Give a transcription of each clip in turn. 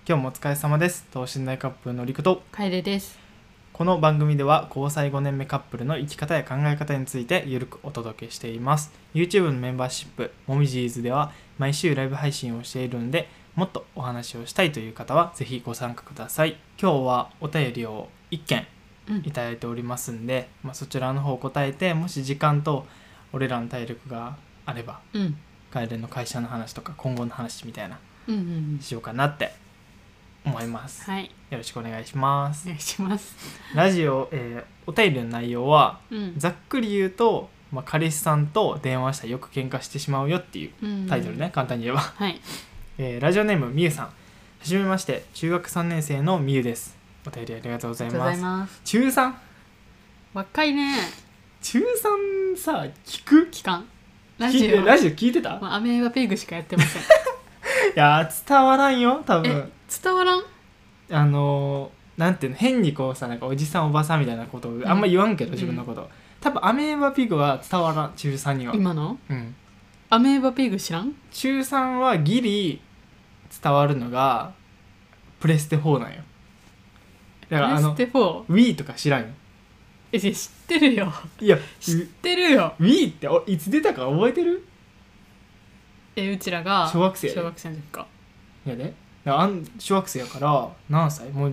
今日もお疲れ様です。等身大カップルのりくと楓です。 この番組では交際5年目カップルの生き方や考え方についてゆるくお届けしています。 YouTube のメンバーシップもみじーずでは毎週ライブ配信をしているので、もっとお話をしたいという方はぜひご参加ください。今日はお便りを1件いただいておりますんで、そちらの方を答えて、もし時間と俺らの体力があれば、楓の会社の話とか今後の話みたいな、しようかなって思います。 はい、 よろしくお願いします。 お願いします。 ラジオ、お便りの内容は、ざっくり言うと、彼氏さんと電話したらよく喧嘩してしまうよっていうタイトルね、簡単に言えば、 はい。 ラジオネームみゆさん、はじめまして、中学3年生のみゆです。お便りありがとうございます。中 3？ 若いね。 中3さ、聞かん？ラジオ聞いてた？ アメーバペグしかやってません。いや伝わらんよ多分。 伝わらん？ なんていうの、変にこうさ、なんかおじさんおばさんみたいなことをあんま言わんけど、自分のこと、多分アメーバピグは伝わらん、中3には。 今の？アメーバピグ知らん？ 中3はギリ伝わるのがプレステ4なんよ。だからプレステ 4？ Wii とか知らんよ。 知ってるよ。 いや知ってるよ。 Wii っていつ出たか覚えてる？ うちらが小学生の時か。 いやで、小学生やから何歳？もう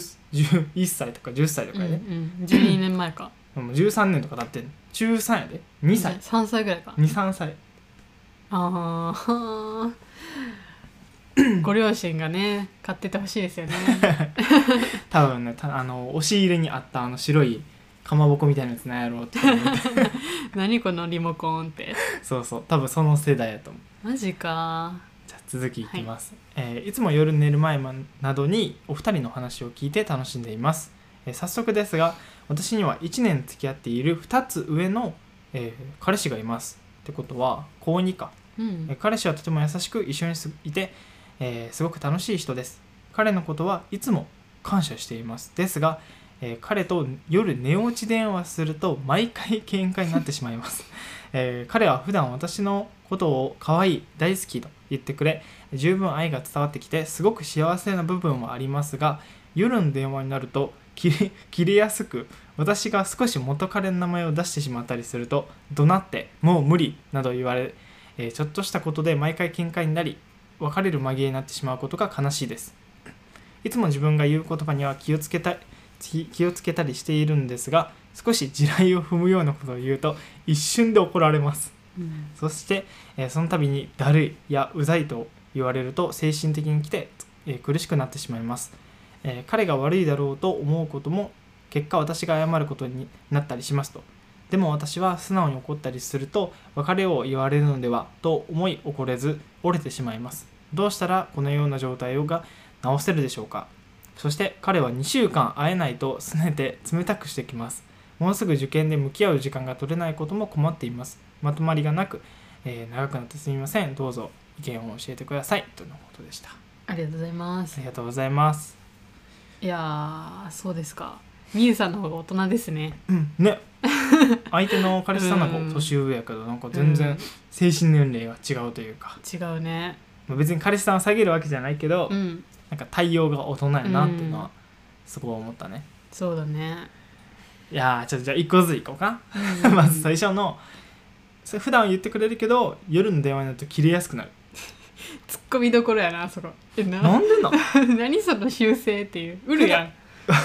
11歳とか10歳とかやで、 12年前か。 もう13年とか経ってんの。中3やで、2歳 3歳ぐらいか。 2、3歳。 ああご両親がね買っててほしいですよね。 多分ね、押し入れにあった白いかまぼこみたいなやつなんやろうって思って何このリモコンって。 そうそう、多分その世代やと思う。 マジか。 じゃあ続きいきます。いつも夜寝る前などにお二人の話を聞いて楽しんでいます。早速ですが、私には1年付き合っている2つ上の、彼氏がいます。ってことは高2か。彼氏はとても優しく一緒にいて、すごく楽しい人です。彼のことはいつも感謝しています。ですが、彼と夜寝落ち電話すると毎回喧嘩になってしまいます。彼は普段私のことを可愛い、大好きと言ってくれ、十分愛が伝わってきてすごく幸せな部分はありますが、夜の電話になると切れやすく、私が少し元彼の名前を出してしまったりすると怒鳴ってもう無理など言われ、ちょっとしたことで毎回喧嘩になり、別れる紛れになってしまうことが悲しいです。いつも自分が言う言葉には気をつけたりしているんですが、少し地雷を踏むようなことを言うと一瞬で怒られます。そして、その度にだるいやうざいと言われると精神的に来て、苦しくなってしまいます。彼が悪いだろうと思うことも結果私が謝ることになったりしますと。でも私は素直に怒ったりすると別れを言われるのではと思い怒れず折れてしまいます。どうしたらこのような状態が直せるでしょうか。そして彼は2週間会えないと拗ねて冷たくしてきます。もうすぐ受験で向き合う時間が取れないことも困っています。まとまりがなく、長くなってすみません。どうぞ意見を教えてくださいとのことでした。 ありがとうございます。 ありがとうございます。 いやー、そうですか。みゆさんの方が大人ですね。 ね相手の彼氏さんなんか年上やけど、なんか全然精神年齢が違うというか、 違うね。 別に彼氏さんを下げるわけじゃないけど、なんか対応が大人やなっていうのはすごい思ったね。 そうだね。 いやちょっとじゃあ1個ずついこうか。まず最初の、それ普段は言ってくれるけど夜の電話になると切れやすくなる。 ツッコミどころやな、そこ。 なんでな何その修正っていう。うるやん。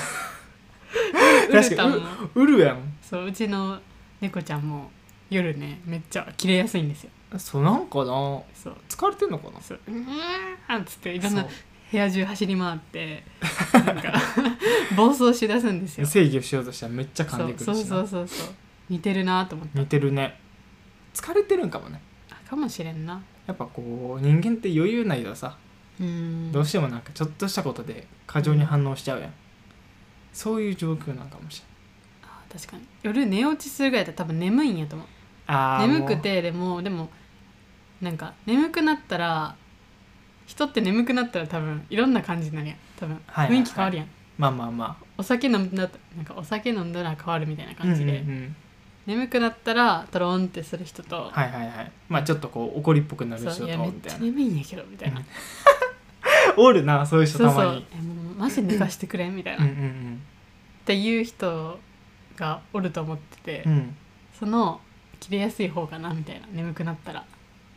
確かにうるやん。 そう、うちの猫ちゃんも夜ねめっちゃ切れやすいんですよ。 そうなんかな、 そう疲れてんのかな。 そうっつっていろんな部屋中走り回ってなんか暴走しだすんですよ。 制御しようとしたらめっちゃ噛んでくるしな。 そう似てるなと思って。 似てるね。疲れてるんかもね。 かもしれんな。 やっぱこう人間って余裕ないとさ、どうしてもなんかちょっとしたことで過剰に反応しちゃうやん。そういう状況なんかもしれない。 確かに夜寝落ちするぐらいだったら多分眠いんやと思う。眠くてでもなんか眠くなったら、人って眠くなったら多分いろんな感じになるやん。多分雰囲気変わるやん。 まあお酒飲んだら変わるみたいな感じで、眠くなったらトロンってする人と、 まあちょっとこう怒りっぽくなる人とみたいな。 めっちゃ眠いんやけどみたいな。 おるなそういう人たまに。 そうもうマジ寝かしてくれみたいな、っていう人がおると思ってて、その切れやすい方かなみたいな、眠くなったら。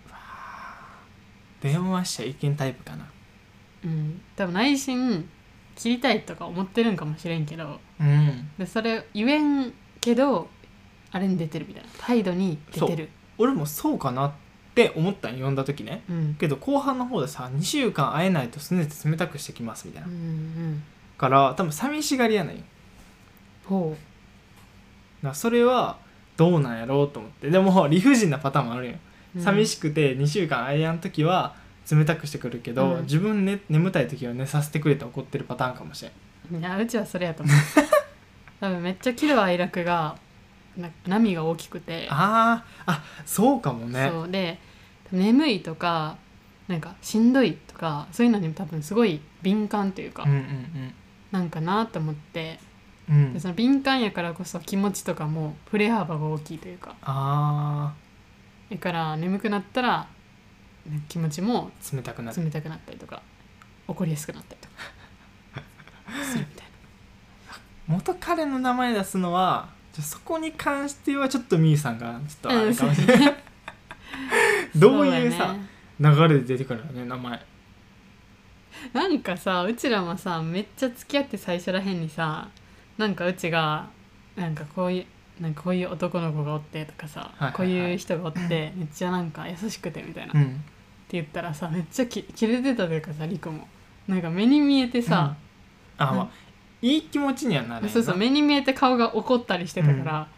電話しちゃいけんタイプかな。 多分内心切りたいとか思ってるんかもしれんけど、でそれ言えんけどあれに出てるみたいな、態度に出てる。 俺もそうかなって思ったん読んだ時ね、けど後半の方でさ2週間会えないとすねて冷たくしてきますみたいな、から多分寂しがりやないよ。 ほう。 だからそれはどうなんやろうと思って。でも理不尽なパターンもあるよ、寂しくて2週間会えやん時は冷たくしてくるけど、自分、眠たい時は寝させてくれって怒ってるパターンかもしれん。 いやうちはそれやと思う多分めっちゃ喜怒哀楽が波が大きくて、 そうかもね。 そうで眠いとかなんかしんどいとかそういうのに多分すごい敏感というか、なんかなと思って、でその敏感やからこそ気持ちとかも振れ幅が大きいというか、だから眠くなったら気持ちも冷たくなったりとか怒りやすくなったりとかするみたいな。 元彼の名前出すのはそこに関してはちょっとみーさんがちょっとあれかもしれない、どういうさ、流れで出てくるよね名前。 なんかさうちらもさめっちゃ付き合って最初らへんにさ、なんかうちがなんかこういう男の子がおってとかさ、こういう人がおってめっちゃなんか優しくてみたいな、って言ったらさめっちゃキレてたというかさ、リコもなんか目に見えてさ、 いい気持ちにはなる。 そう目に見えて顔が怒ったりしてたから、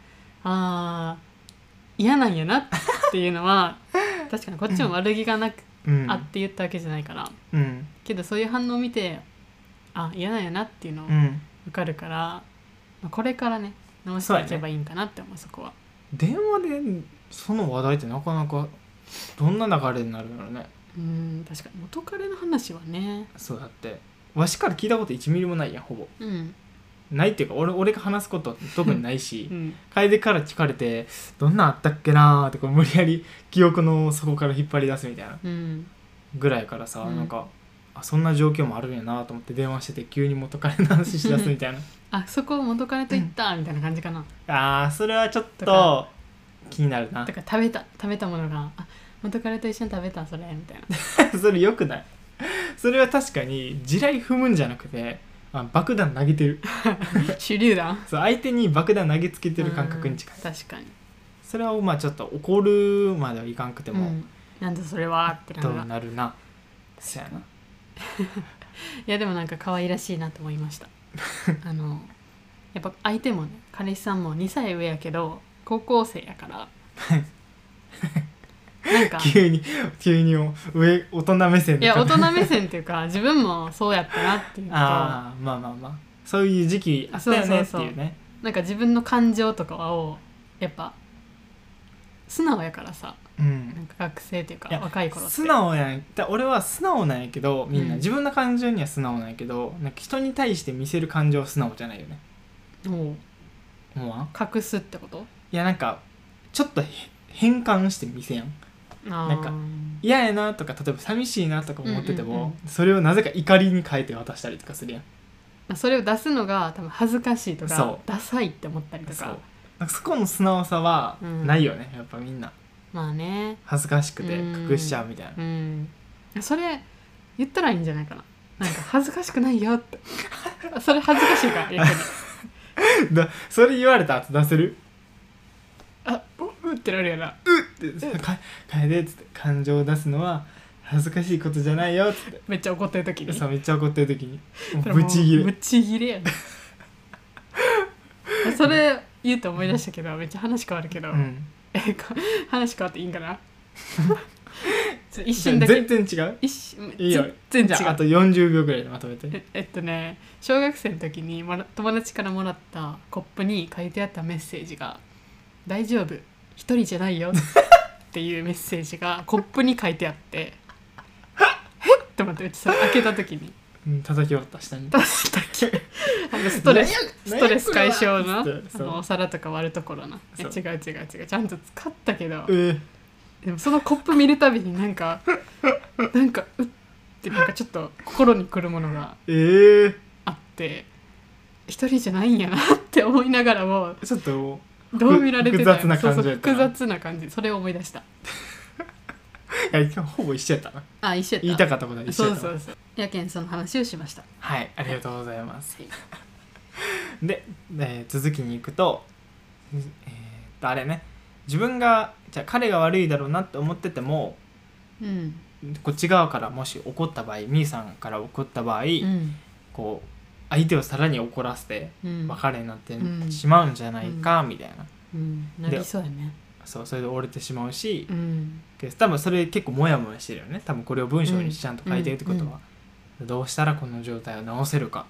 嫌なんやなっていうのは確かにこっちも悪気がなく、あって言ったわけじゃないから、けどそういう反応を見て嫌なんやなっていうの分かるから、これからね直していけばいいんかなって思う。そこは電話でその話題ってなかなかどんな流れになるんだろうね。 確かに元彼の話はね。 そうだってわしから聞いたこと1ミリもないやん、ほぼ、ないっていうか俺が話すことは特にないし、楓から聞かれてどんなんあったっけなーってこう無理やり記憶の底から引っ張り出すみたいなぐらいからさ、なんかそんな状況もあるんやなと思って電話してて急に元彼の話しだすみたいなそこを元彼と言った、みたいな感じかな。 それはちょっと気になるな。 だから食べたものが元彼と一緒に食べたそれみたいなそれよくない？それは確かに地雷踏むんじゃなくて爆弾投げてる手榴弾。 そう相手に爆弾投げつけてる感覚に近い。 確かにそれはちょっと怒るまではいかんくても、 なんでそれはってどうなるな。そうやな。 いやでもなんか可愛らしいなと思いましたやっぱ相手もね、彼氏さんも2歳上やけど高校生やからなんか急に上大人目線で。 いや大人目線っていうか自分もそうやったなっていうとまあそういう時期あったよねっていうね。 なんか自分の感情とかをやっぱ素直やからさ、なんか学生っていうか若い頃って素直やん。俺は素直なんやけどみんな、自分の感情には素直なんやけどなんか人に対して見せる感情は素直じゃないよね。 隠すってこと？ いやなんかちょっと変換して見せやん。なんか嫌やなとか例えば寂しいなとか思ってても、それをなぜか怒りに変えて渡したりとかするやん。 それを出すのが多分恥ずかしいとかダサいって思ったりとか、 そこの素直さはないよね、やっぱみんな。 まあね、 恥ずかしくて隠しちゃうみたいな、それ言ったらいいんじゃないかな。なんか恥ずかしくないよってそれ恥ずかしいから逆にそれ言われた後出せる？ うってなるよな。 って楓っつって感情を出すのは恥ずかしいことじゃないよっつってめっちゃ怒ってる時に。 めっちゃ怒ってる時にブチギレやねそれ言うと思い出したけどめっちゃ話変わるけど、話変わっていいんかな一瞬だけ。 全然違う？いいよ。 全然違う。 じゃああと40秒ぐらいでまとめて。 小学生の時に友達からもらったコップに書いてあったメッセージが大丈夫一人じゃないよっていうメッセージがコップに書いてあってえっって思って、うちそれ開けた時に叩き割った下にストレス解消のお皿とか割るところな。違うちゃんと使ったけど、でもそのコップ見るたびになんかうってなんかちょっと心にくるものがあって、一人じゃないんやなって思いながらもちょっとどう見られてた複雑な感じやったな。 複雑な感じ、それを思い出した。 いや今日ほぼ一緒やったな。 あ、一緒やった。 言いたかったことは一緒やった。 そうやけんその話をしました。 はい、ありがとうございます。で、続きに行くと、あれね、自分がじゃあ彼が悪いだろうなって思ってても、こっち側からもし怒った場合、みーさんから怒った場合、こう相手をさらに怒らせて別れになってしまうんじゃないかみたいな、 なりそうやね。 そう、それで折れてしまうし、多分それ結構モヤモヤしてるよね。多分これを文章にちゃんと書いてるってことは、どうしたらこの状態を直せるか。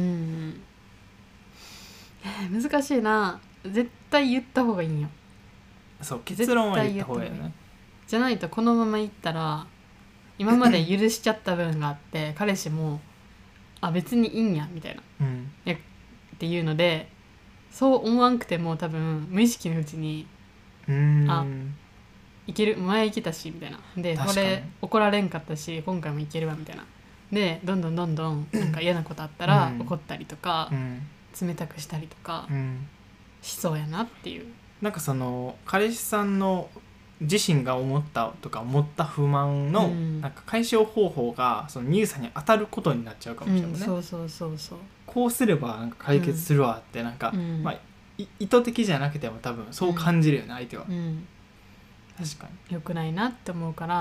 難しいな。絶対言った方がいいんよ。 そう、結論は言った方がいいよね。 じゃないとこのまま言ったら今まで許しちゃった分があって彼氏もあ別にいいんやみたいな、っていうので、そう思わんくても多分無意識のうちにあいける、前いけたしみたいな、でこれ怒られんかったし今回もいけるわみたいな、でどんどんなんか嫌なことあったら怒ったりとか、冷たくしたりとかしそうやなっていう。 なんかその彼氏さんの自身が思ったとか思った不満のなんか解消方法がそのミユさんに当たることになっちゃうかもしれないね。 そうこうすればなんか解決するわってなんか、まあ意図的じゃなくても多分そう感じるよね、相手は。確かに良くないなって思うから、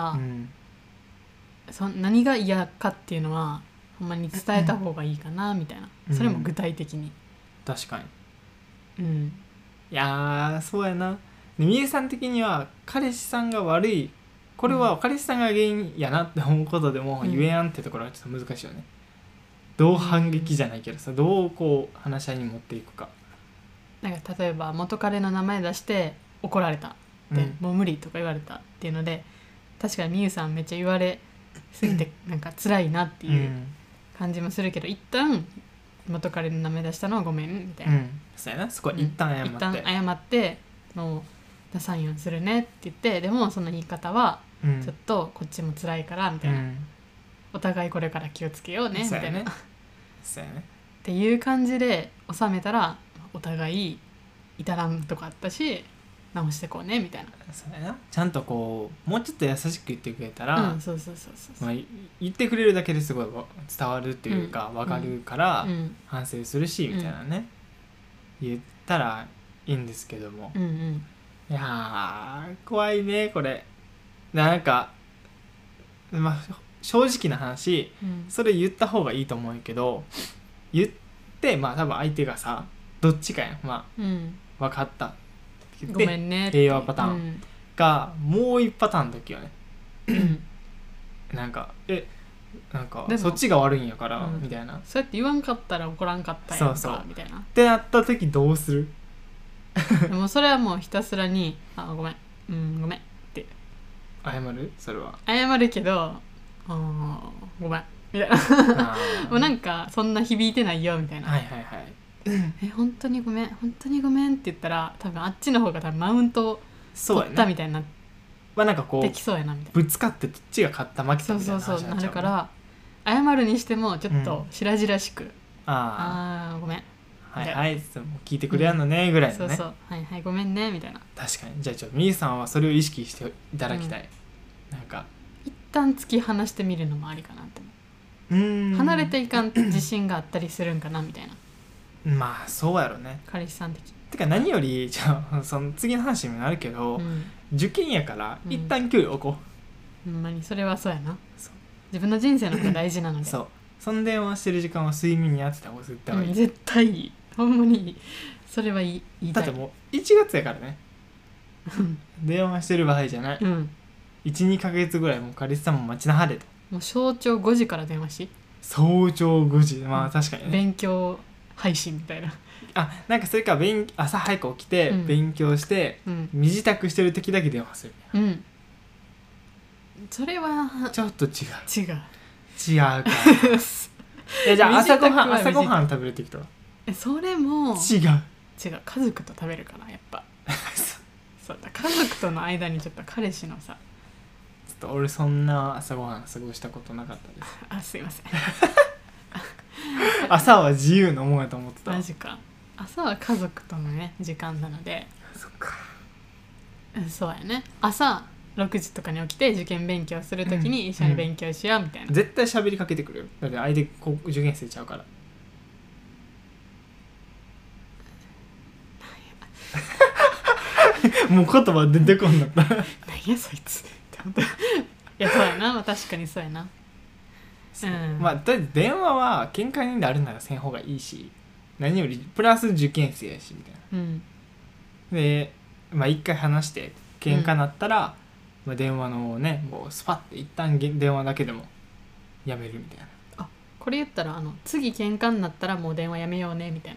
何が嫌かっていうのはほんまに伝えた方がいいかなみたいな、それも具体的に。 確かに。いやそうやな。みゆさん的には彼氏さんが悪い、これは彼氏さんが原因やなって思うことでも言えやんってところがちょっと難しいよね。どう反撃じゃないけどさ、どうこう話し合いに持っていくか。 なんか例えば元彼の名前出して怒られたって、もう無理とか言われたっていうので、確かにみゆさんめっちゃ言われすぎてなんか辛いなっていう感じもするけど、一旦元彼の名前出したのはごめんみたいな、 そうやな、そこは一旦謝ってもう出さんようにするねって言って、でもその言い方はちょっとこっちも辛いからみたいな、お互いこれから気をつけようねみたいな、 そうやねっていう感じで収めたらお互い至らんとこあったし直してこうねみたいな。 そうやな、ちゃんとこうもうちょっと優しく言ってくれたら、言ってくれるだけですごい伝わるっていうか分かるから反省するしみたいなね、言ったらいいんですけども、いや怖いねこれ。なんかまあ正直な話、それ言った方がいいと思うけど、言ってまあ多分相手がさどっちかやん、まあ、分かったってごめんねって平和パターンが、もう一パターンの時はね、なんかそっちが悪いんやから、みたいな、 そうやって言わんかったら怒らんかったやんかみたいなってなった時どうする？ でもそれはもうひたすらにごめん、ごめんって謝る。それは謝るけどごめんみたいなもうなんかそんな響いてないよみたいな、本当にごめん本当にごめんって言ったら多分あっちの方が多分マウントを取ったみたいになってきそうやなみたいな、 ぶつかってどっちが勝った負けたみたいな話になっちゃう、なるから謝るにしてもちょっと白々しく、ごめん聞いてくれやんのねぐらいのね、 はいごめんねみたいな。 確かに。じゃあちょっとみゆさんはそれを意識していただきたい、なんか一旦突き放してみるのもありかなって思う。離れていかん自信があったりするんかなみたいな。 まあそうやろね、 彼氏さん的てか何よりその次の話にもなるけど、受験やから一旦距離置こう、ほんまにそれはそうやな。自分の人生の方が大事なのでそん電話してる時間は睡眠に当てた方が絶対いい、 絶対いい、ほんまにそれは言いたい。 だってもう1月やからね電話してる場合じゃない、12 ヶ月ぐらいもう彼氏さんも待ちなはれと。 もう早朝5時から電話し、 早朝5時、まあ確かにね、 勉強配信みたいな。 なんかそれか朝早く起きて勉強して、身支度してる時だけ電話する、 それはちょっと違うかじゃあ朝ごはん食べる時とかそれも違う家族と食べるからやっぱそうだ、家族との間にちょっと彼氏のさと俺そんな朝ごはん過ごしたことなかったです。 あ、すいません朝は自由のもんやと思ってた。 マジか。朝は家族とのね時間なので。 そっか。 そうやね。朝6時とかに起きて受験勉強するときに一緒に勉強しようみたいな、 絶対喋りかけてくるよ。だって相手受験生ちゃうからもう言葉出てこんなった何やそいついやそうやな、まあ、確かにそうやな。 まあとりあえず電話は喧嘩になるならせん方がいいし、何よりプラス受験生やしみたいな、でまあ一回話して喧嘩なったら、まあ、電話のねもうスパッて一旦電話だけでもやめるみたいな。 あ、これ言ったら次喧嘩になったらもう電話やめようねみたいな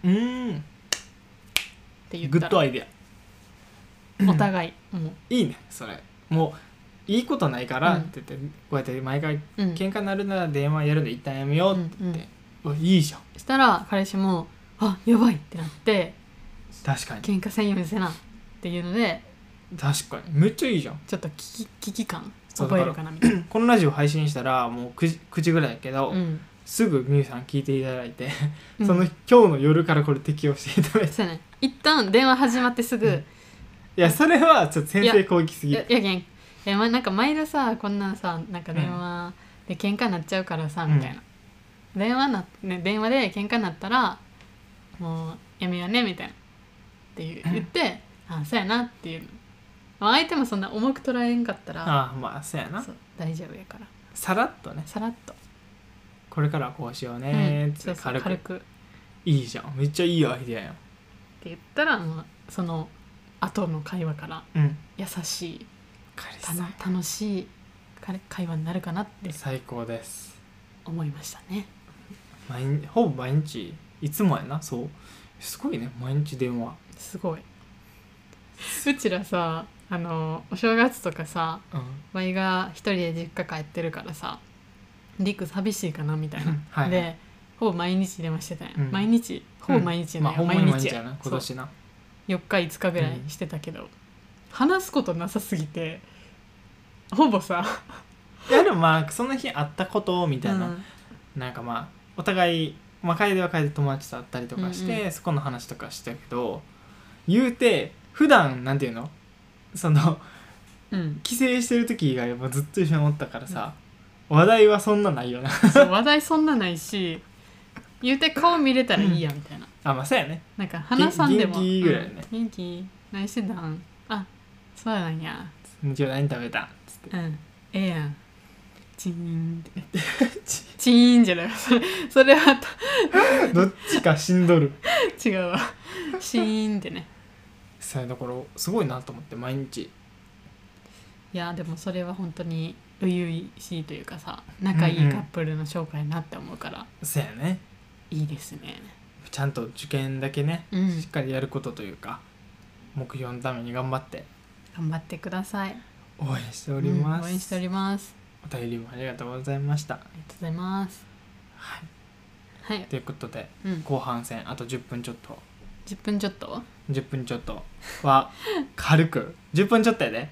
って言ったらグッドアイデア。 お互いもういいねそれ。もういいことないからって言って、こうやって毎回喧嘩になるなら電話やるんで一旦やめようって言って、いいじゃん。 したら彼氏もあやばいってなって、 確かに喧嘩せんようにせなっていうので、 確かにめっちゃいいじゃん。 ちょっと危機感覚えるかなみたいな。 このラジオ配信したらもう9時ぐらいやけど、すぐみゆさん聞いていただいてその今日の夜からこれ適用していただいて、 そうやね、一旦電話始まってすぐ、 いやそれはちょっと先制攻撃すぎる。 いやなんか毎度さこんなんさなんか電話で喧嘩になっちゃうからさ、みたいな、電話で喧嘩になったらもうやめようねみたいなって言って、あそうやなっていうの、まあ、相手もそんな重く捉えんかったらまあそうやな、 そう大丈夫やから、 さらっとね、 さらっとこれからはこうしようねって軽く、いいじゃん、めっちゃいいアイデアやんって言ったら、もうその後の会話から優しい、楽しい会話になるかなって最高です思いましたね。 ほぼ毎日いつもやな。そうすごいね、毎日電話すごい。うちらさお正月とかさ、ワイが一人で実家帰ってるからさ、りく寂しいかなみたいな、はい、でほぼ毎日電話してたんや、毎日ほぼ毎日やな、 毎日やな今年な。 4日5日ぐらいしてたけど、話すことなさすぎてほぼさいやでもまあその日会ったことみたいな、なんかまあお互い、まあ、楓は楓で友達と会ったりとかして、そこの話とかしたけど、言うて普段なんていうの、その、帰省してる時以外はずっと一緒におったからさ、話題はそんなないよなそう話題そんなないし、言うて顔見れたらいいやみたいな、 まあそうやね、 なんか話さんでも元気ぐらいね、 元気何してたん、あそうなんや、 今日何食べたつって、 ええやん、チーンってチーンじゃないそれはどっちかしんどる違うわ、シーンってね。 さあだからすごいなと思って毎日。 いやでもそれは本当に初々しいというかさ、仲いいカップルの紹介になって思うから、 そうやね、 いいですね。 ちゃんと受験だけね、しっかりやることというか目標のために頑張ってください。 応援しております、 応援しております。 お便りもありがとうございました。 ありがとうございます。 はい、ということで、後半戦あと10分ちょっと 10分ちょっとは軽く10分ちょっとやで、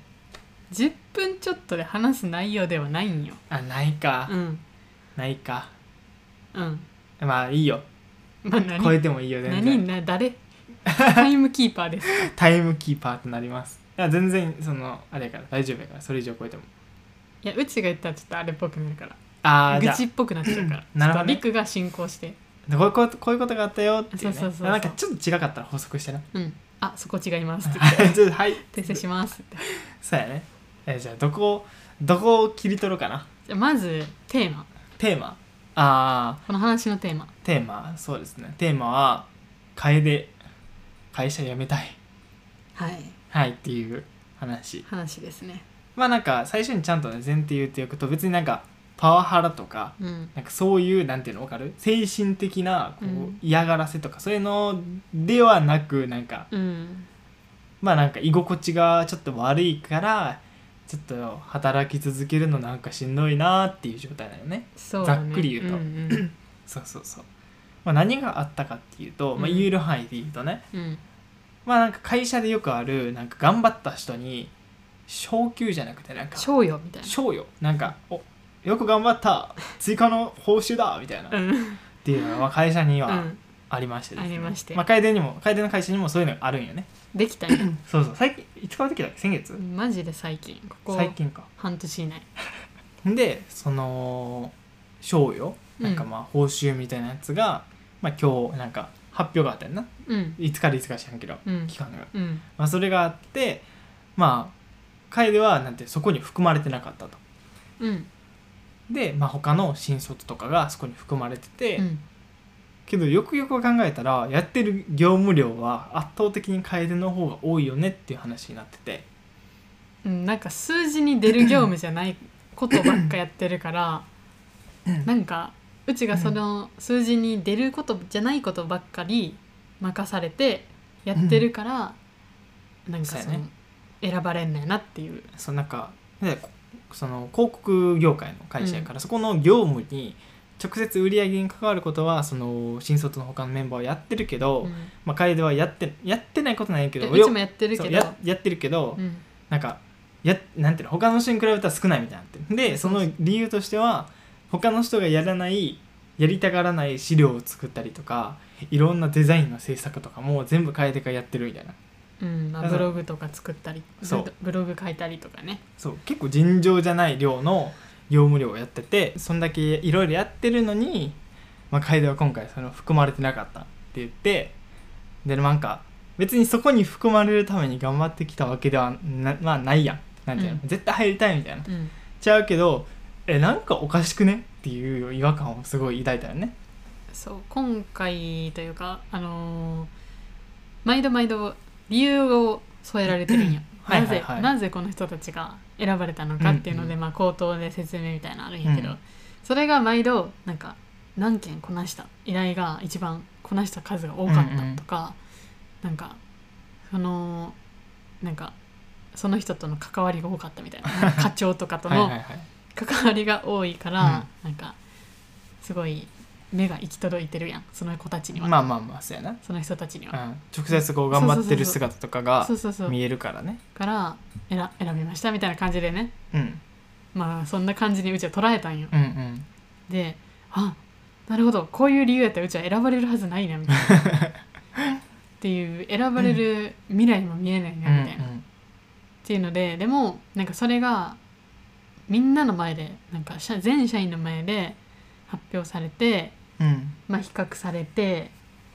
10分ちょっとで話す内容ではないんよ。 ないか、ないか、まあいいよ、 まあ、 超えてもいいよ全然。 誰タイムキーパーですかタイムキーパーとなります。いや全然そのあれやから大丈夫やから、それ以上超えても。 いやうちが言ったらちょっとあれっぽくなるから、愚痴っぽくなっちゃうから、ちょっとリクが進行して、 こういうことがあったよっていうね、 そうなんかちょっと違かったら補足してな、 あそこ違いますって言ってはい訂正しますって。 そうやね。じゃあどこを切り取ろうかな。 じゃあまずテーマこの話のテーマ、 そうですね、テーマは楓会社辞めたいはいっていう話ですね。 まあなんか最初にちゃんとね前提言っておくと、別になんかパワハラとか、なんかそういうなんていうの分かる、精神的なこう嫌がらせとかそういうのではなく、なんか、まあなんか居心地がちょっと悪いからちょっと働き続けるのなんかしんどいなっていう状態だよね。 そうだね、ざっくり言うと、そう、まあ、何があったかっていうと、まあ、言える範囲で言うとね、まあなんか会社でよくあるなんか頑張った人に昇給じゃなくてなんか賞与みたいな、 賞与なんかよく頑張った追加の報酬だみたいな、っていうのが会社にはありましてですね、 ありまして、 楓の会社にもそういうのがあるんよね。 できたねそう最近いつからできたっけ？先月？ マジで最近、 最近か半年以内でその賞与なんか報酬みたいなやつが、今日なんか発表があったよな、いつからいつか知らんけど、期間が、それがあって楓はなんてそこに含まれてなかったと、で、他の新卒とかがそこに含まれてて、けどよくよく考えたらやってる業務量は圧倒的に楓の方が多いよねっていう話になってて、 なんか数字に出る業務じゃないことばっかやってるからなんかうちがその数字に出ることじゃないことばっかり任されてやってるから、なんかその選ばれんのやなっていう。 そうなんかその広告業界の会社やから、そこの業務に直接売り上げに関わることはその新卒の他のメンバーはやってるけど、楓はやってないことないけど、 うちもやってるけどやってるけど、なんかなんていうの、他の人に比べたら少ないみたいになってる。でその理由としては他の人がやりたがらない資料を作ったりとか、いろんなデザインの制作とかも全部楓がやってるみたいな、 ブログとか作ったり、ブログ書いたりとかね、 そう結構尋常じゃない量の業務量をやってて、そんだけいろいろやってるのに、楓は今回その含まれてなかったって言って、でなんか別にそこに含まれるために頑張ってきたわけではないやん、なんていうの、絶対入りたいみたいな、ちゃうけどなんかおかしくねっていう違和感をすごい抱いたよね。 そう今回というか毎度理由を添えられてるんやなぜこの人たちが選ばれたのかっていうので、口頭で説明みたいなのあるんやけど、それが毎度なんか何件こなした依頼が一番こなした数が多かったとか、なんかその人との関わりが多かったみたいな課長とかとの関わりが多いからなんかすごい目が行き届いてるやん、その子たちには。 そうやな、 その人たちには、 直接こう頑張ってる姿とかが見えるからね、 から選びましたみたいな感じでね、そんな感じにうちは捉えたんよ、でなるほど、こういう理由やったらうちは選ばれるはずないなみたいなっていう、選ばれる未来も見えないなみたいな、っていうので、でもなんかそれがみんなの前でなんか全社員の前で発表されて、比較されて、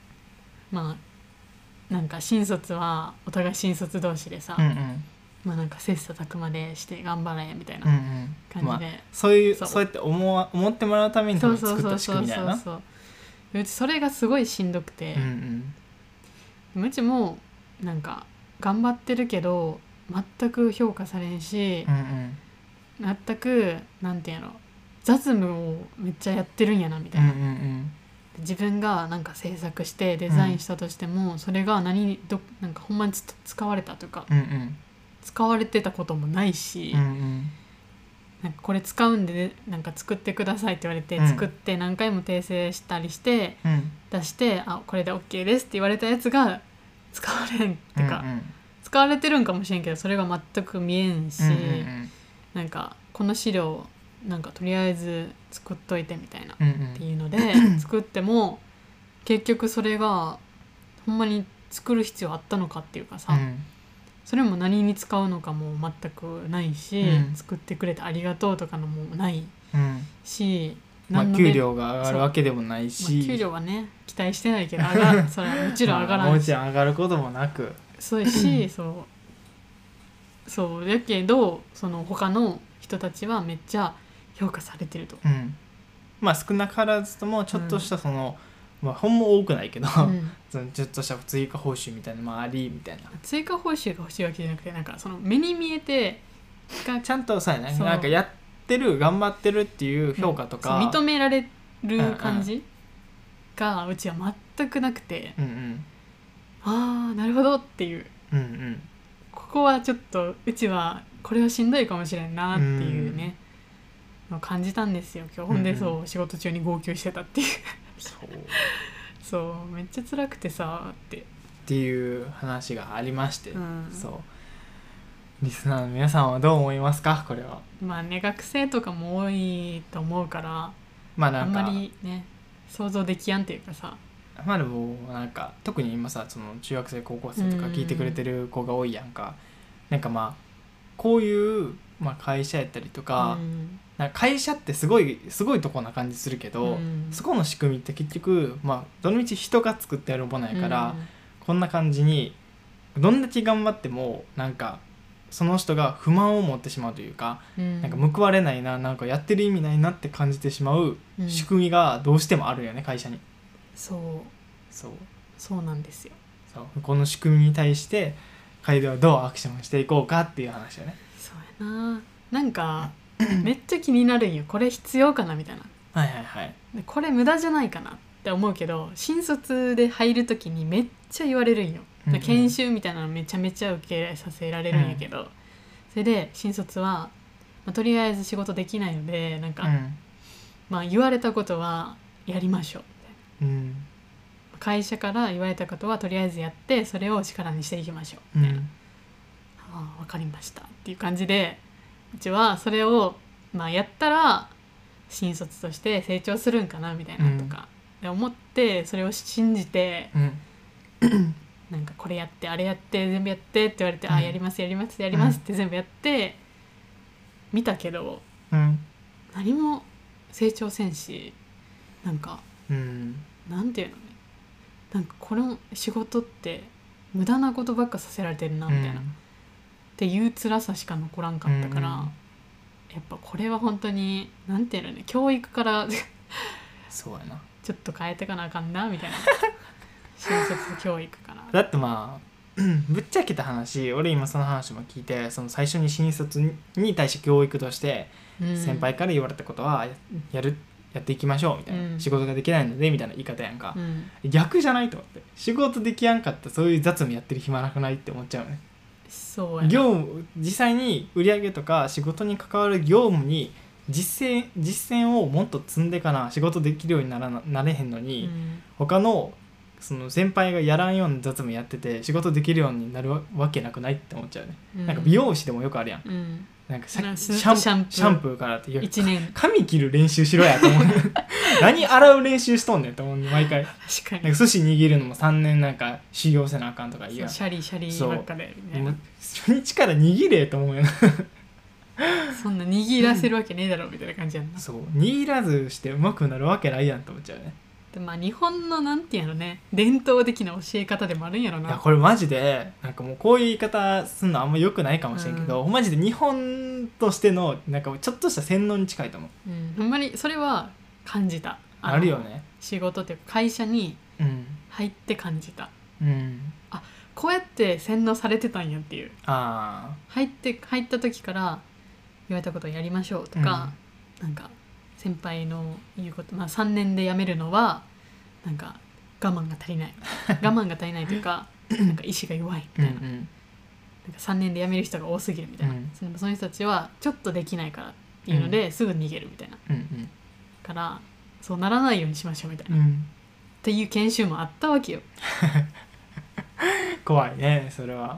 なんか新卒はお互い新卒同士でさ、なんか切磋琢磨でして頑張れみたいな感じで、 そうやって思ってもらうために作った仕組みだよな。 うちそれがすごいしんどくて、うちもなんか頑張ってるけど全く評価されんし、全くなんていうの、雑務をめっちゃやってるんやなみたいな、自分がなんか制作してデザインしたとしても、それがなんかほんまに使われたというか、使われてたこともないし、なんかこれ使うんで、なんか作ってくださいって言われて、作って何回も訂正したりして、出してこれで OK ですって言われたやつが使われんってか、使われてるんかもしれんけどそれが全く見えんし、なんかこの資料なんかとりあえず作っといてみたいな、っていうので作っても結局それがほんまに作る必要あったのかっていうかさ、それも何に使うのかも全くないし、作ってくれてありがとうとかのもないし、 給料が上がるわけでもないし、 給料はね期待してないけどそれはもちろん上がらんし、 もちろん上がることもなく、 そうやしそうだけど、その他の人たちはめっちゃ評価されてると、 少なからずともちょっとしたその、ほんも多くないけど、そのちょっとした追加報酬みたいなのもありみたいな、 追加報酬が欲しいわけじゃなくて、なんかその目に見えてちゃんとさ、なんかやってる頑張ってるっていう評価とか、 認められる感じがうちは全くなくて、なるほどっていう、ここはちょっとうちはこれはしんどいかもしれんなっていうね、のを感じたんですよ今日。ほんで仕事中に号泣してたっていうそうめっちゃ辛くてさっていう話がありまして、そうリスナーの皆さんはどう思いますかこれは。 まあね、学生とかも多いと思うから、 まあなんかあんまりね想像できやんっていうかさ、 まあでもなんか特に今さ、その中学生高校生とか聞いてくれてる子が多いやんか。なんかまあこういう、まあ、会社やったりとか、なんか会社ってすごいとこな感じするけど、そこの仕組みって結局まあどのみち人が作ってやるものやから、こんな感じにどんだけ頑張ってもなんかその人が不満を持ってしまうというか、なんか報われないな、なんかやってる意味ないなって感じてしまう仕組みがどうしてもあるよね、会社に。 そうなんですよ。 そうこの仕組みに対して楓はどうアクションしていこうかっていう話よね。 そうやな。なんかめっちゃ気になるんよ、これ必要かなみたいな。 はいはいはい。 でこれ無駄じゃないかなって思うけど、新卒で入る時にめっちゃ言われるんよ、研修みたいなのめちゃめちゃ受けさせられるんやけど、それで新卒は、まあ、とりあえず仕事できないのでなんか、まあ言われたことはやりましょうみたいな、会社から言われたことはとりあえずやってそれを力にしていきましょうみたいな、ああ分かりましたっていう感じで、うちはそれを、まあ、やったら新卒として成長するんかなみたいなとか、で思ってそれを信じて、なんかこれやってあれやって全部やってって言われて、あやりますやりますやりますって全部やって見たけど、何も成長せんし、なんか、なんていうのね、なんかこの仕事って無駄なことばっかさせられてるなみたいな、っていう辛さしか残らんかったから、やっぱこれは本当になんていうのね、教育からそうやな、 ちょっと変えてかなあかんなみたいな新卒教育かな。 だってまあぶっちゃけた話、俺今その話も聞いて、その最初に新卒に対して教育として先輩から言われたことはやっていきましょうみたいな、仕事ができないのでみたいな言い方やんか、逆じゃないと思って、仕事できやんかったらそういう雑務やってる暇なくないって思っちゃうね。 そうやな。 実際に売上とか仕事に関わる業務に実践をもっと積んでから仕事できるようになれへんのに、他のその先輩がやらんような雑務やってて仕事できるようになるわけなくないって思っちゃうね、なんか美容師でもよくあるやん、なんかシャンプーからって 1年髪切る練習しろやと思う何洗う練習しとんねんと思う毎回。 確かになんか寿司握るのも3年なんか修行せなあかんとか言うやん。 シャリばっかでみたいな、 初日から握れと思うよなそんな握らせるわけねえだろみたいな感じやんな。 そう握らずしてうまくなるわけないやんと思っちゃうね。 でまあ日本のなんていうのね、伝統的な教え方でもあるんやろな。 いやこれマジでなんかもうこういう言い方すんのあんま良くないかもしれんけど、マジで日本としてのなんかちょっとした洗脳に近いと思う。 ほんまにそれは感じた。 あるよね。 仕事っていうか会社に入って感じた、あこうやって洗脳されてたんやっていう。入った時から言われたことをやりましょうとか、なんか先輩の言うこと、まあ、3年で辞めるのはなんか我慢が足りないというかなんか意志が弱いみたいな、なんか3年で辞める人が多すぎるみたいな、その人たちはちょっとできないからっていうのですぐ逃げるみたいな、からそうならないようにしましょうみたいな、っていう研修もあったわけよ怖いねそれは。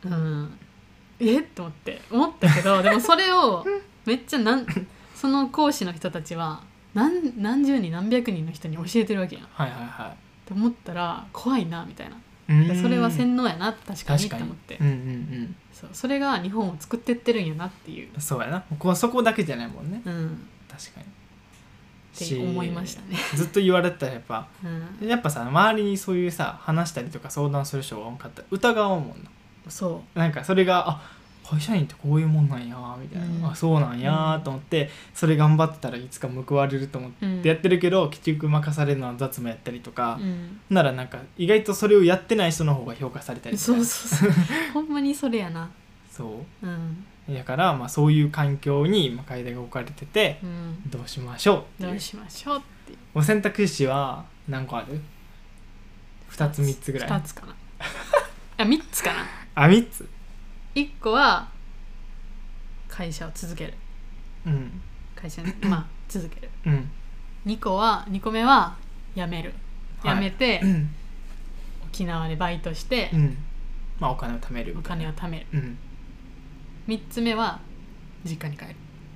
って思ったけどでもそれをめっちゃその講師の人たちは何十人何百人の人に教えてるわけやん、って思ったら怖いなみたいな、それは洗脳やな確かにって思って、それが日本を作ってってるんやなっていう。 そうやな、そこだけじゃないもんね、確かにって思いましたねずっと言われてたらやっぱさ周りにそういうさ話したりとか相談する人が多かったら疑うもんな。 そうなんかそれが会社員ってこういうもんなんやみたいな、そうなんやと思って、それ頑張ってたらいつか報われると思ってやってるけど、結局任されるのは雑務やったりとか、ならなんか意外とそれをやってない人の方が評価されたりとか。 そうほんまにそれやな。 だからまあそういう環境に楓が置かれてて、どうしましょうっていうお選択肢は何個ある？2つ3つぐらい。 2つかな3つかな。 3つ。 1個は会社を続ける、会社に続ける、2個目は辞める、辞めて、沖縄でバイトして、 お金を貯める、 っ 3つ目は実家に帰る。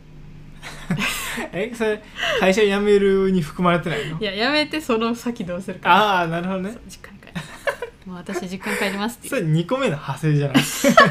それ会社辞めるに含まれてないの？ いや辞めてその先どうするか。 ああなるほどね。 実家に帰るもう私実家に帰りますってそれ2個目の派生じゃない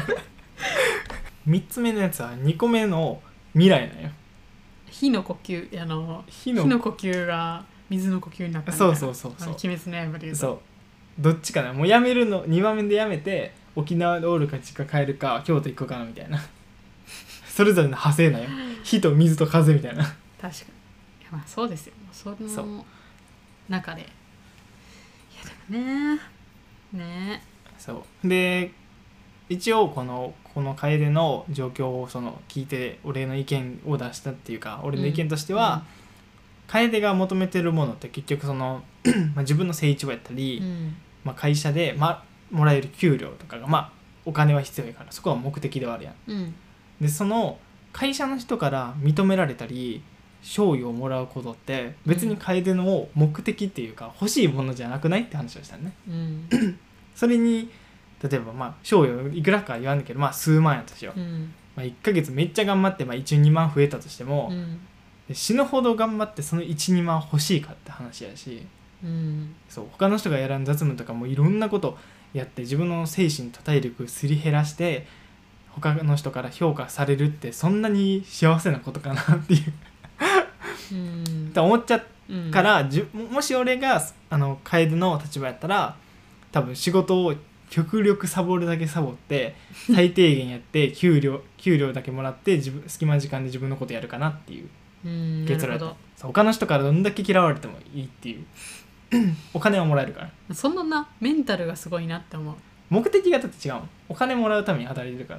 3つ目のやつは2個目の未来なんよ。 火の呼吸火の呼吸が水の呼吸になったみたいな。 そう鬼滅の刃で言うとそうどっちかな。もう辞めるの2番目で辞めて沖縄でおるか実家帰るか京都行くかなみたいなそれぞれの派生なんよ。火と水と風みたいな。 確かに。いやまあそうですよ。その中でいやでもねそうで一応この楓の状況を聞いて俺の意見を出したっていうか、俺の意見としては、楓が求めてるものって結局まあ自分の成長やったり、まあ、会社で、もらえる給料とかが、お金は必要やからそこは目的ではあるやん、でその会社の人から認められたり賞与をもらうことって別に楓の目的っていうか欲しいものじゃなくないって話をしたね、それに例えば賞与いくらか言わんだけど、数万円としよう、1ヶ月めっちゃ頑張って、1、2万増えたとしても、死ぬほど頑張ってその 1、2万欲しいかって話やし、そう他の人がやらん雑務とかもいろんなことやって自分の精神と体力すり減らして他の人から評価されるってそんなに幸せなことかなっていうって思っちゃうから、もし俺が楓の立場やったら多分仕事を極力サボるだけサボって最低限やって給料だけもらって隙間時間で自分のことやるかなっていう結論だった。他の人からどんだけ嫌われてもいいっていうお金はもらえるからそのメンタルがすごいなって思う。 目的がだって違うもん。お金もらうために働いてるから。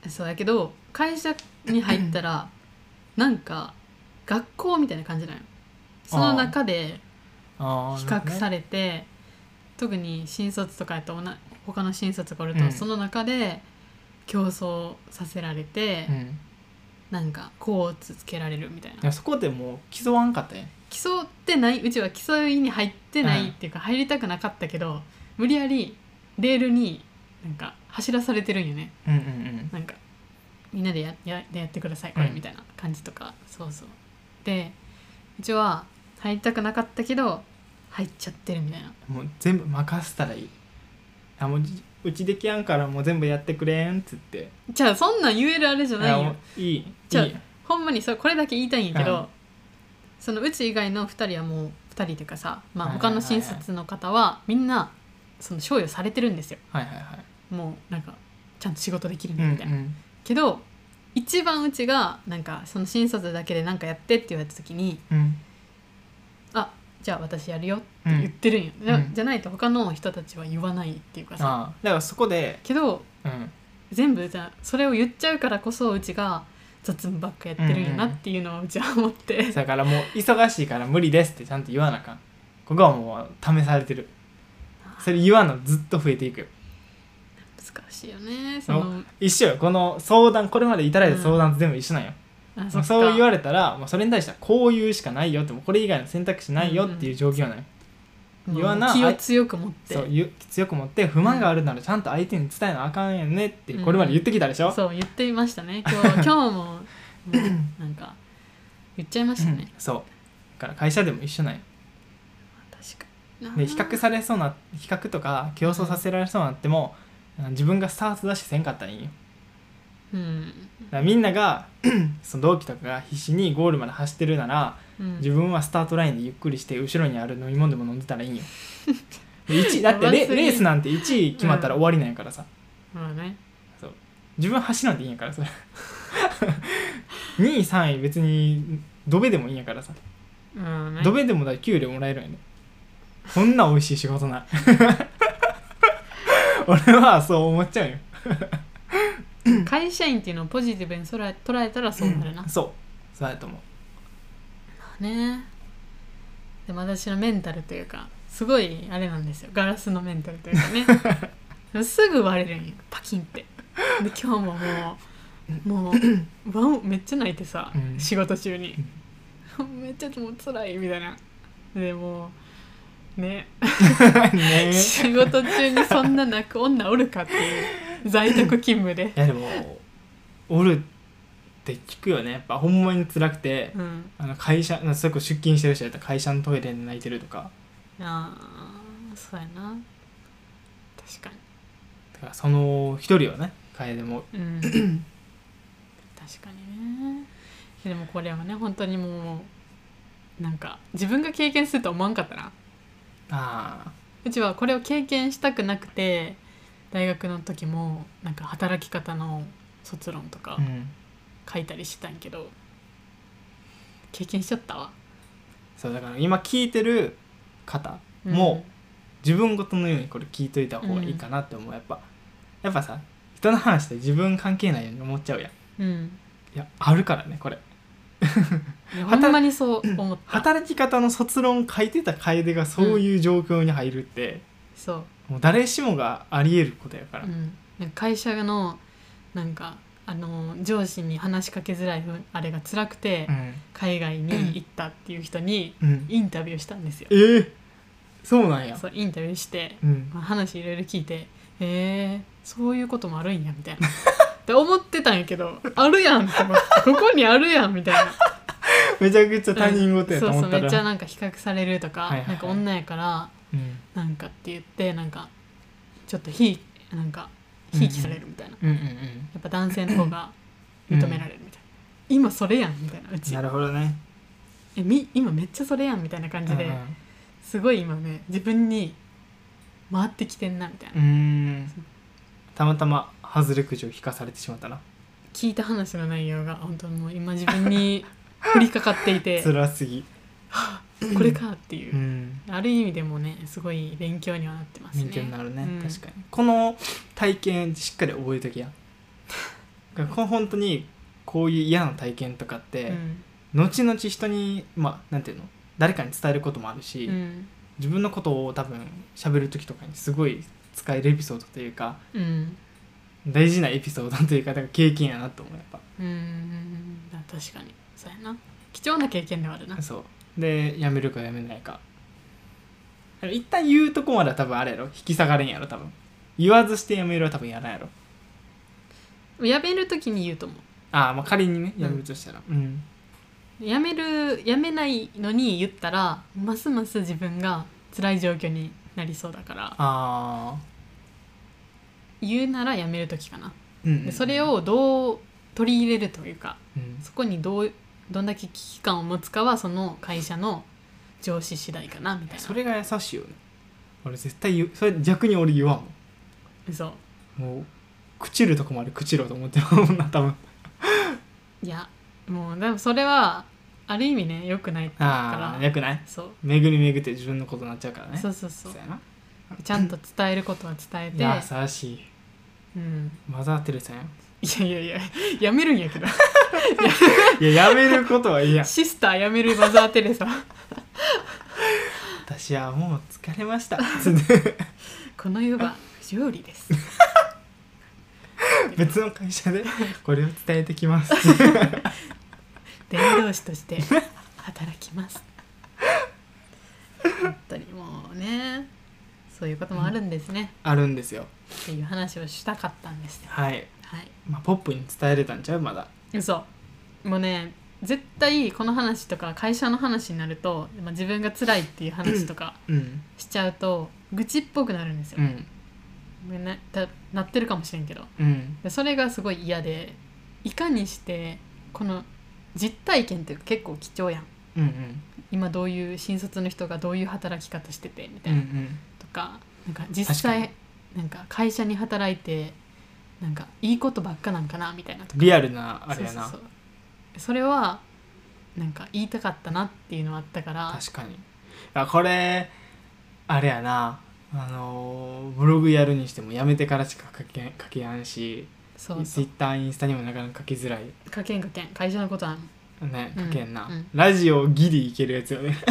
そうだけど会社に入ったらなんか学校みたいな感じなの。その中で比較されて、特に新卒とかやと他の新卒がおると、その中で競争させられて、なんかこうつけられるみたいな。 いやそこでもう競わんかったね。 競ってない。うちは競いに入ってないっていうか、入りたくなかったけど無理やりレールになんか走らされてるんよね、なんかみんなで やってくださいこれみたいな感じとか、そうでうちは入りたくなかったけど入っちゃってるみたいな。 もう全部任せたらいい。もうちできやんからもう全部やってくれんっつって。 じゃあそんなん言えるあれじゃないよ。 いいじゃあほんまにこれだけ言いたいんやけど、そのうち以外の2人はもう2人っていうかさ、他の新卒の方はみんなその賞与されてるんですよ、もうなんかちゃんと仕事できるみたいな、けど一番うちがなんかその新卒だけでなんかやってって言われた時に、じゃあ私やるよって言ってるんよ、じゃないと他の人たちは言わないっていうかさ。 だからそこでけど、全部じゃそれを言っちゃうからこそうちが雑務ばっかやってるんやなっていうのをうちは思って、 だからもう忙しいから無理ですってちゃんと言わなあかん。ここはもう試されてる。それ言わんのずっと増えていくよ。 難しいよね。 一緒よ。この相談これまでいただいた相談と全部一緒なんよ、そう言われたらもうそれに対してはこう言うしかないよって、もこれ以外の選択肢ないよっていう状況なのよ、 言わな気を強く持って、 強く持って不満があるならちゃんと相手に伝えなあかんやんねってこれまで言ってきたでしょ、 そう言っていましたね。今日もなんか言っちゃいましたね、 そうだから会社でも一緒なんよ。 確かにで比較とか競争させられそうになっても、自分がスタート出しせんかったらいいよ、だからみんながその同期とかが必死にゴールまで走ってるなら、自分はスタートラインでゆっくりして後ろにある飲み物でも飲んでたらいいんよだってレースなんて1位決まったら終わりなんやからさ、そう自分走らんでいいんやからそれ2位3位別にドベでもいいんやからさ、ドベでもだ給料もらえるんやね。こんな美味しい仕事ない俺はそう思っちゃうよ会社員っていうのをポジティブに捉えたらそうなるな、 そうやと思うね。でも私のメンタルというかすごいあれなんですよ、ガラスのメンタルというかねすぐ割れるんよパキンって。で今日もめっちゃ泣いてさ、仕事中にめっちゃもう辛いみたいな。でもうね仕事中にそんな泣く女おるかっていう在宅勤務で。 いやでもおるって聞くよね。やっぱほんまに辛くて、会社それこそ出勤してる人やったら会社のトイレで泣いてるとか。 ああそうやな、確かに。 だからその一人をね楓も、 確かにね。でもこれはね本当にもうなんか自分が経験すると思わんかったな。うちはこれを経験したくなくて大学の時もなんか働き方の卒論とか書いたりしたんけど、経験しちゃったわ。 そうだから今聞いてる方も、自分ごとのようにこれ聞いといた方がいいかなって思う。やっぱさ人の話で自分関係ないように思っちゃうやん。いやあるからねこれ。 ほんまにそう思った。 働き方の卒論書いてた楓がそういう状況に入るって、もう誰しもがありえることやから。 なんか会社のなんか上司に話しかけづらいあれが辛くて、海外に行ったっていう人にインタビューしたんですよ。 そうなんや。 そうインタビューして、話いろいろ聞いて、そういうこともあるんやみたいなって思ってたんやけど、あるやんって思ってここにあるやんみたいなめちゃくちゃ他人事やと思ったら、 そうめっちゃなんか比較されるとか、なんか女やから、なんかって言ってなんかちょっとなんかひいきされるみたいな、やっぱ男性の方が認められるみたいな、今それやんみたいな、うちなるほどね。 今めっちゃそれやんみたいな感じで、すごい今ね自分に回ってきてんなみたいな。 たまたま外れくじを引かされてしまったな。 聞いた話の内容が本当にもう今自分に降りかかっていて辛すぎこれかっていう、ある意味でもねすごい勉強にはなってますね。 勉強になるね、確かに。この体験しっかり覚えときや本当にこういう嫌な体験とかって、後々人になんていうの誰かに伝えることもあるし、自分のことを多分喋る時とかにすごい使えるエピソードというか、大事なエピソードというか、だから経験やなと思う。やっぱ確かにそうやな、貴重な経験ではあるな。 そうでやめるかやめないか、一旦言うとこまでは多分あれやろ、引き下がれんやろ。多分言わずしてやめるは多分やらんやろ。 やめる時に言うと思う。 仮にねやめるとしたら、 やめないのに言ったらますます自分が辛い状況になりそうだから、言うならやめる時かな。でそれをどう取り入れるというか、そこにどんだけ危機感を持つかはその会社の上司次第かなみたいな。 それが優しいよね。俺絶対それ逆に俺言わんもん。 嘘。 もう朽ちるとこまで朽ちろうと思ってるもんな多分。 いやもうでもそれはある意味ね良くないって言うから。 良くない。 そう巡り巡って自分のことになっちゃうからね。 そうやな。ちゃんと伝えることは伝えて。 優しい。マザー・テレサやん。 いややめるんやけどやめることはいいやん。 シスターやめるマザー・テレサ私はもう疲れましたこの世は不条理です別の会社でこれを伝えてきます伝道師として働きます本当にもうね、そういうこともあるんですね、 あるんですよっていう話をしたかったんですよ。 はい、ポップに伝えれたんちゃう。まだ嘘。もうね絶対この話とか会社の話になると、自分が辛いっていう話とかしちゃうと愚痴っぽくなるんですよ、なってるかもしれんけど、でそれがすごい嫌で、いかにしてこの実体験って結構貴重やん、今どういう新卒の人がどういう働き方しててみたいな、とかなんか実際なんか会社に働いてなんかいいことばっかなんかなみたいなとか、 リアルなあれやな。 それはなんか言いたかったなっていうのはあったから。 確かに。これあれやな、ブログやるにしてもやめてからしか書けやんし、ツイッターインスタにもなかなか書きづらい。 書けん会社のことはね書けんな、ラジオギリいけるやつよね、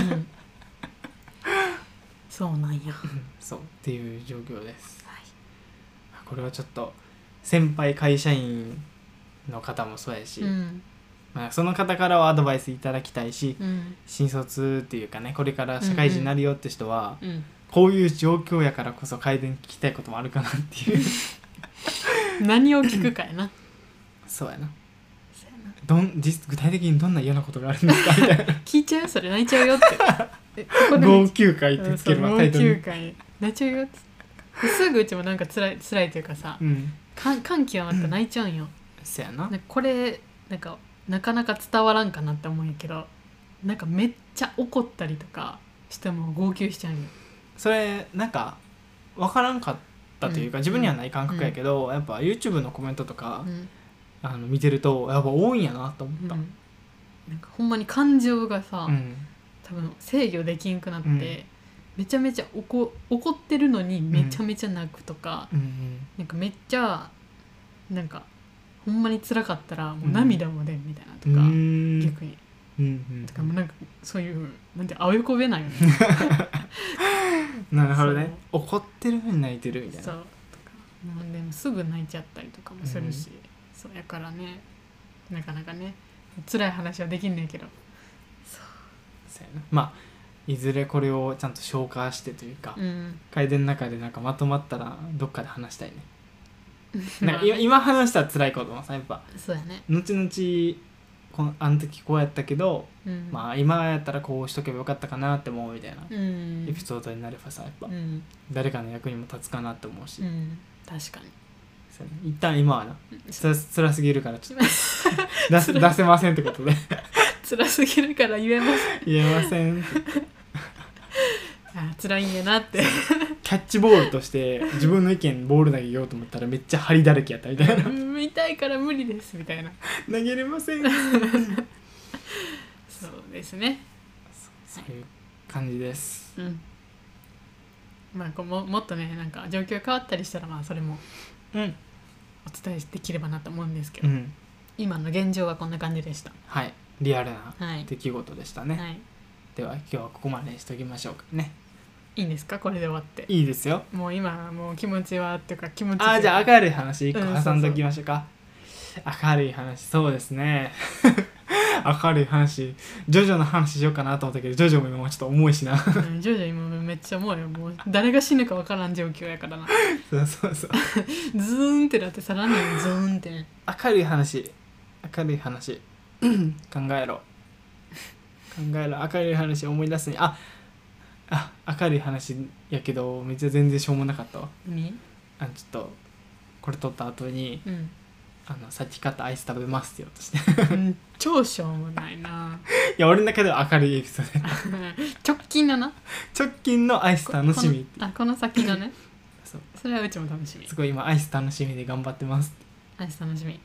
そうなんやそうっていう状況です、これはちょっと先輩会社員の方もそうやし、その方からはアドバイスいただきたいし、新卒っていうかねこれから社会人になるよって人は、こういう状況やからこそ改善聞きたいこともあるかなっていう何を聞くかやなそうやな。 そうやな。 具体的にどんな嫌なことがあるんですかみたいな聞いちゃう、それ泣いちゃうよってここで号泣会ってつけるわ、タイトルに。 号泣会泣いちゃうよってすぐうちもなんか辛いというかさ、感極まったら泣いちゃうんよ。 そうやな。 これなんかなかなか伝わらんかなって思うんやけど、なんかめっちゃ怒ったりとかしても号泣しちゃうんよ。 それなんか分からんかったというか、自分にはない感覚やけど、やっぱ YouTube のコメントとか、見てるとやっぱ多いんやなと思った、 なんかほんまに感情がさ、多分制御できんくなって、めちゃめちゃ怒ってるのにめちゃめちゃ泣くとか、なんかめっちゃなんかほんまに辛かったらもう涙も出んみたいなとか、逆に、とかもなんかそういうなんてあおよこべないよねなるほどね。怒ってるふうに泣いてるみたいな。 そうとかもうでもすぐ泣いちゃったりとかもするし、そうやからね、なかなかね辛い話はできんねんけど、 そうやな。まあいずれこれをちゃんと消化してというか、楓の中でなんかまとまったらどっかで話したいねなんか今話したら辛いこともさ、やっぱそうやね、 後々あの時こうやったけど、まあ今やったらこうしとけばよかったかなって思うみたいなエピソードになればさ、やっぱ誰かの役にも立つかなって思うし、 確かにそうね、一旦今はな辛すぎるからちょっと出せませんってことで辛すぎるから言えませんあ、辛いんやなってキャッチボールとして自分の意見ボール投げようと思ったらめっちゃ針だらけやったみたいな痛いから無理ですみたいな投げれませんそうですね、 そういう感じです。 まあもっとねなんか状況変わったりしたらまあそれもお伝えできればなと思うんですけど、今の現状はこんな感じでした。 はい、リアルな出来事でしたね、では今日はここまでにしときましょうかね。 いいんですか、これで終わって。 いいですよ。 もう今もう気持ちはっていうか気持ちじゃあ明るい話1個挟んどきましょうか。明るい話、そうですね明るい話、ジョジョの話しようかなと思ったけど、ジョジョも今ちょっと重いしなジョジョ今めっちゃ重いよ。もう誰が死ぬか分からん状況やからなそうズーンってなってさらにズーンってね。 明るい話考えろ明るい話思い出すに明るい話やけどめっちゃ全然しょうもなかったわ。 何？ ちょっとこれ撮った後に、さっき買ったアイス食べますって言おうとして超しょうもないな。 いや俺の中では明るいエピソード直近だな。 直近のアイス楽しみってこの先のねそれはうちも楽しみ。 すごい今アイス楽しみで頑張ってます。 アイス楽しみ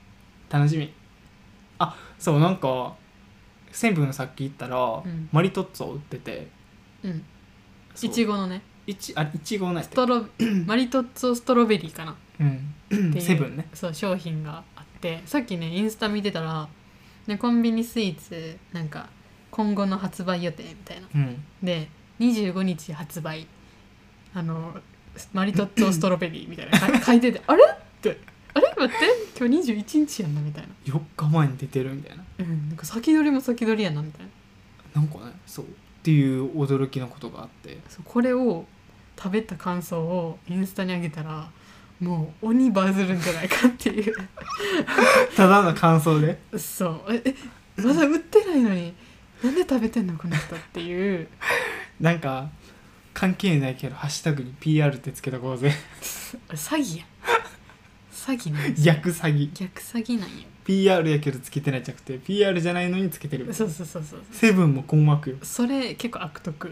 そうなんかセンブのさっき言ったら、マリトッツォ売ってて、 いちごのねいちごのやつマリトッツォストロベリーかな、 セブンね。 そう商品があって、さっきねインスタ見てたら、ね、コンビニスイーツなんか今後の発売予定みたいな、で25日発売マリトッツォストロベリーみたいな書いててあれ待って今日21日やんなみたいな、 4日前に出てるみたいな、 なんか先取りも先取りやなみたいな、なんかねそうっていう驚きのことがあって、 これを食べた感想をインスタに上げたらもう鬼バズるんじゃないかっていうただの感想でそうまだ売ってないのになんで食べてんのこの人っていうなんか関係ないけどハッシュタグに PR ってつけとこうぜ詐欺や詐欺なん逆詐欺なんよ。 PR やけどつけてないじゃなくて PR じゃないのにつけてる。 そうセブンも困惑よ。 それ結構悪徳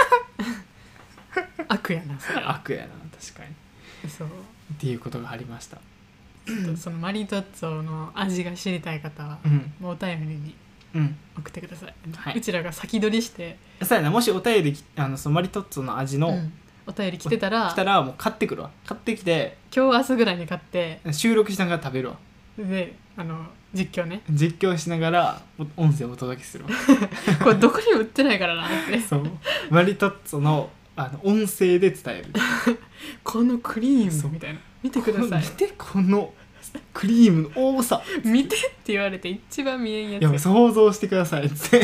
悪やなそれ。 悪やな確かに。そうっていうことがありました。 そのマリトッツォの味が知りたい方は、もうお便りに送ってください、うちらが先取りしてそうやな、もしお便りそのマリトッツォの味の、 お便り来てたらもう買ってくるわ。買ってきて今日明日ぐらいに買って収録しながら食べるわ。 で実況しながら音声をお届けするわこれどこにも売ってないからなってそうマリトッツォの音声で伝えるこのクリームみたいな見てください、 見てこのクリームの多さ見てって言われて一番見えんやつ。 いや想像してくださいって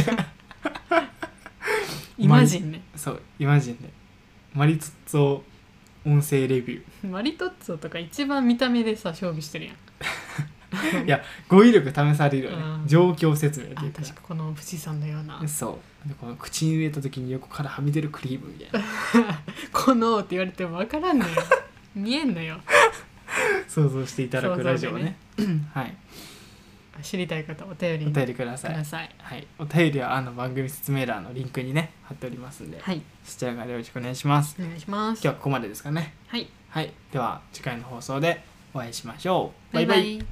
イマジンね。 そうイマジンでマリトッツォ音声レビューマリトッツォとか一番見た目でさ勝負してるやんいや語彙力試されるよね、 うん状況説明あというか。 確かこの富士山のようなそうでこの口に入れた時に横からはみ出るクリームみたいなこのって言われても分からんのよ見えんのよ想像していただくラジオねはい知りたい方お便りお便りください。はい、お便りは番組説明欄のリンクにね貼っておりますんで、 はいそちらからよろしくお願いします。 お願いします今日はここまでですかね。 はいはい、では次回の放送でお会いしましょう。 バイバイ